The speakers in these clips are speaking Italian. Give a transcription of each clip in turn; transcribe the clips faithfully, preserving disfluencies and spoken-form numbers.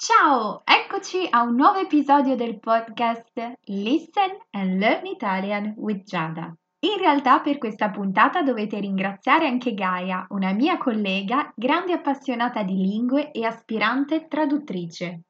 Ciao, eccoci a un nuovo episodio del podcast Listen and Learn Italian with Giada. In realtà per questa puntata dovete ringraziare anche Gaia, una mia collega, grande appassionata di lingue e aspirante traduttrice.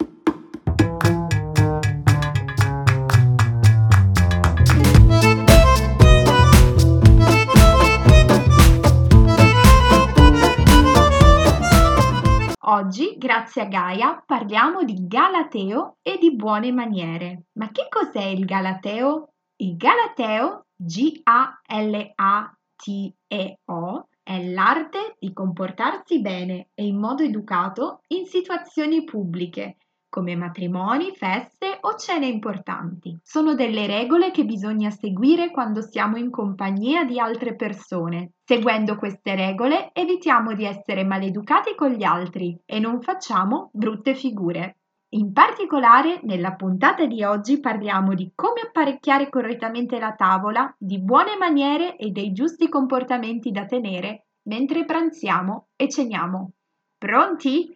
Oggi, grazie a Gaia, parliamo di galateo e di buone maniere. Ma che cos'è il galateo? Il galateo, G A L A T E O, è l'arte di comportarsi bene e in modo educato in situazioni pubbliche, come matrimoni, feste o cene importanti. Sono delle regole che bisogna seguire quando siamo in compagnia di altre persone. Seguendo queste regole evitiamo di essere maleducati con gli altri e non facciamo brutte figure. In particolare, nella puntata di oggi parliamo di come apparecchiare correttamente la tavola, di buone maniere e dei giusti comportamenti da tenere mentre pranziamo e ceniamo. Pronti?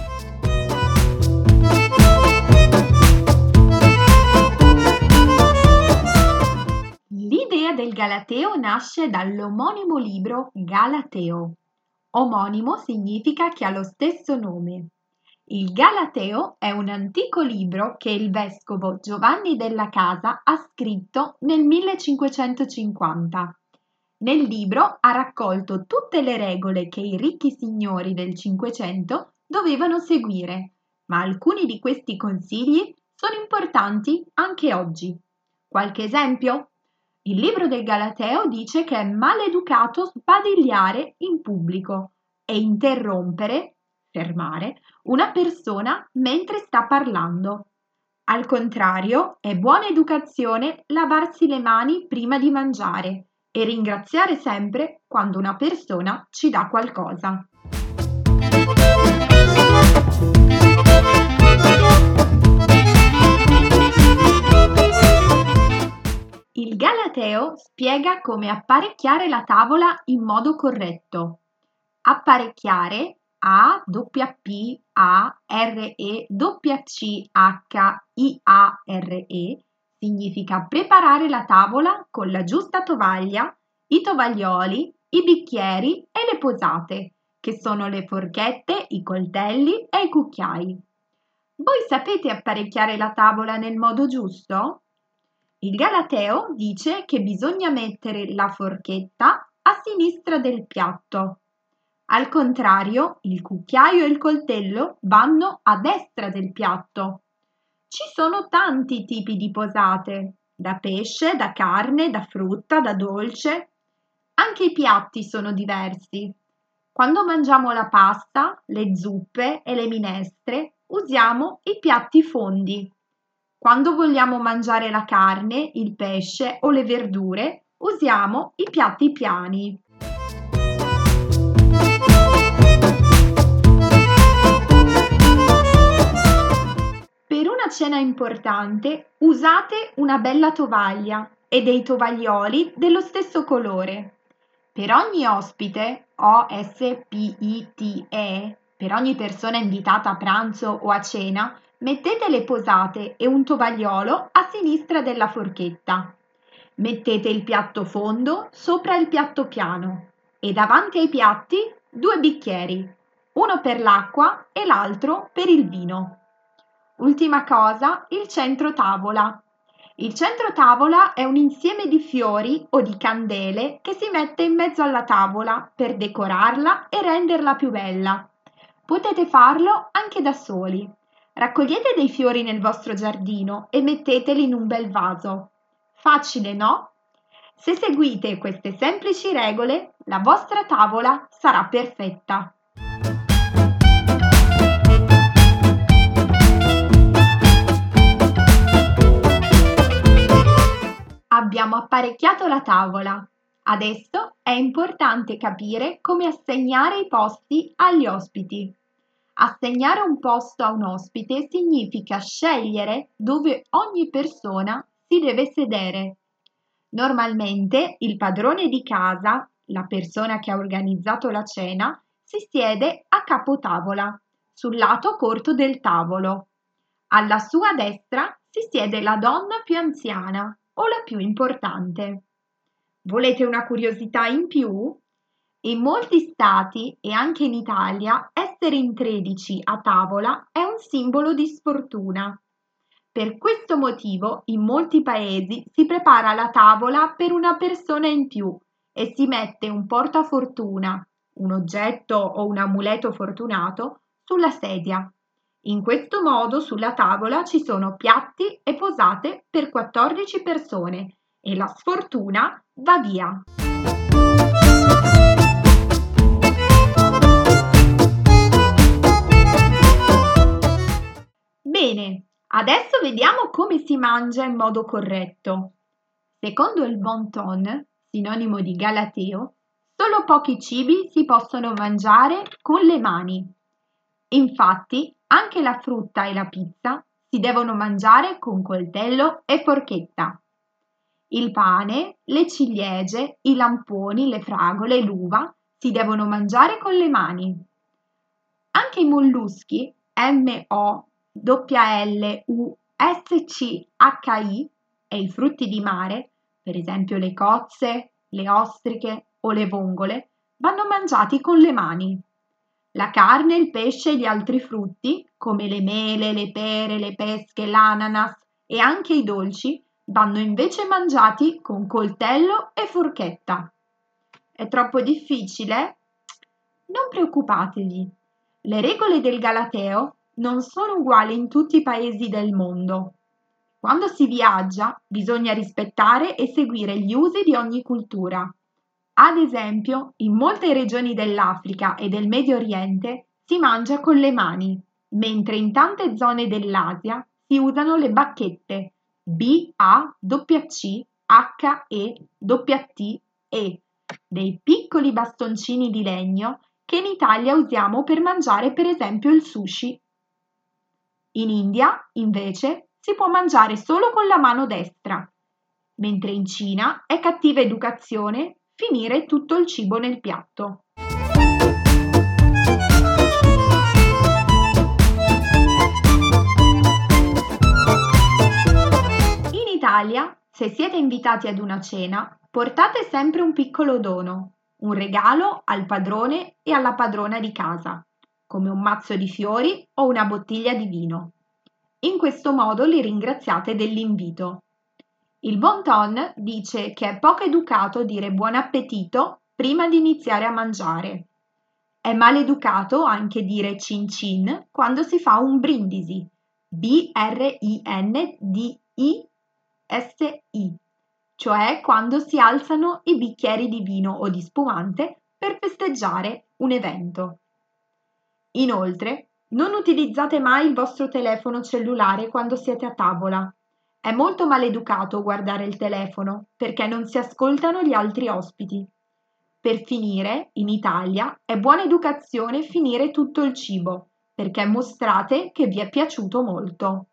L'idea del galateo nasce dall'omonimo libro Galateo. Omonimo significa che ha lo stesso nome. Il Galateo è un antico libro che il vescovo Giovanni della Casa ha scritto nel millecinquecentocinquanta. Nel libro ha raccolto tutte le regole che i ricchi signori del Cinquecento dovevano seguire, ma alcuni di questi consigli sono importanti anche oggi. Qualche esempio? Il libro del Galateo dice che è maleducato sbadigliare in pubblico e interrompere, fermare, una persona mentre sta parlando. Al contrario, è buona educazione lavarsi le mani prima di mangiare e ringraziare sempre quando una persona ci dà qualcosa. Il Galateo spiega come apparecchiare la tavola in modo corretto. Apparecchiare, A P P A R E C H I A R E, significa preparare la tavola con la giusta tovaglia, i tovaglioli, i bicchieri e le posate, che sono le forchette, i coltelli e i cucchiai. Voi sapete apparecchiare la tavola nel modo giusto? Il Galateo dice che bisogna mettere la forchetta a sinistra del piatto. Al contrario, il cucchiaio e il coltello vanno a destra del piatto. Ci sono tanti tipi di posate, da pesce, da carne, da frutta, da dolce. Anche i piatti sono diversi. Quando mangiamo la pasta, le zuppe e le minestre, usiamo i piatti fondi. Quando vogliamo mangiare la carne, il pesce o le verdure, usiamo i piatti piani. Per una cena importante, usate una bella tovaglia e dei tovaglioli dello stesso colore. Per ogni ospite, O S P I T E, per ogni persona invitata a pranzo o a cena, mettete le posate e un tovagliolo a sinistra della forchetta. Mettete il piatto fondo sopra il piatto piano e davanti ai piatti due bicchieri, uno per l'acqua e l'altro per il vino. Ultima cosa, il centro tavola. Il centro tavola è un insieme di fiori o di candele che si mette in mezzo alla tavola per decorarla e renderla più bella. Potete farlo anche da soli. Raccogliete dei fiori nel vostro giardino e metteteli in un bel vaso. Facile, no? Se seguite queste semplici regole, la vostra tavola sarà perfetta. Abbiamo apparecchiato la tavola. Adesso è importante capire come assegnare i posti agli ospiti. Assegnare un posto a un ospite significa scegliere dove ogni persona si deve sedere. Normalmente il padrone di casa, la persona che ha organizzato la cena, si siede a capotavola, sul lato corto del tavolo. Alla sua destra si siede la donna più anziana o la più importante. Volete una curiosità in più? In molti stati e anche in Italia essere in tredici a tavola è un simbolo di sfortuna. Per questo motivo in molti paesi si prepara la tavola per una persona in più e si mette un portafortuna, un oggetto o un amuleto fortunato, sulla sedia. In questo modo sulla tavola ci sono piatti e posate per quattordici persone e la sfortuna va via. Bene, adesso vediamo come si mangia in modo corretto. Secondo il bon ton, sinonimo di galateo, solo pochi cibi si possono mangiare con le mani. Infatti, anche la frutta e la pizza si devono mangiare con coltello e forchetta. Il pane, le ciliegie, i lamponi, le fragole e l'uva si devono mangiare con le mani. Anche i molluschi, M O L L U S C H I, e i frutti di mare, per esempio le cozze, le ostriche o le vongole, vanno mangiati con le mani. La carne, il pesce e gli altri frutti, come le mele, le pere, le pesche, l'ananas e anche i dolci, vanno invece mangiati con coltello e forchetta. È troppo difficile? Non preoccupatevi. Le regole del galateo non sono uguali in tutti i paesi del mondo. Quando si viaggia bisogna rispettare e seguire gli usi di ogni cultura. Ad esempio, in molte regioni dell'Africa e del Medio Oriente si mangia con le mani, mentre in tante zone dell'Asia si usano le bacchette B A C C H E T T E, dei piccoli bastoncini di legno che in Italia usiamo per mangiare per esempio il sushi. In India, invece, si può mangiare solo con la mano destra, mentre in Cina è cattiva educazione finire tutto il cibo nel piatto. In Italia, se siete invitati ad una cena, portate sempre un piccolo dono, un regalo al padrone e alla padrona di casa, come un mazzo di fiori o una bottiglia di vino. In questo modo li ringraziate dell'invito. Il bon ton dice che è poco educato dire buon appetito prima di iniziare a mangiare. È maleducato anche dire cin cin quando si fa un brindisi, B R I N D I S I, cioè quando si alzano i bicchieri di vino o di spumante per festeggiare un evento. Inoltre, non utilizzate mai il vostro telefono cellulare quando siete a tavola. È molto maleducato guardare il telefono perché non si ascoltano gli altri ospiti. Per finire, in Italia è buona educazione finire tutto il cibo perché mostrate che vi è piaciuto molto.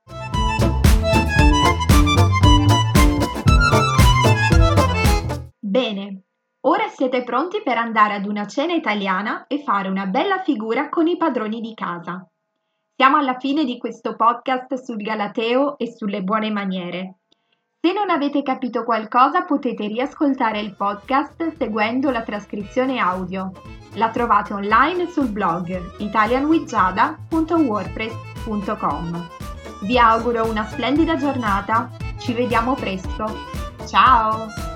Bene, ora siete pronti per andare ad una cena italiana e fare una bella figura con i padroni di casa. Siamo alla fine di questo podcast sul galateo e sulle buone maniere. Se non avete capito qualcosa potete riascoltare il podcast seguendo la trascrizione audio. La trovate online sul blog italian with giada punto wordpress punto com. Vi auguro una splendida giornata, ci vediamo presto. Ciao!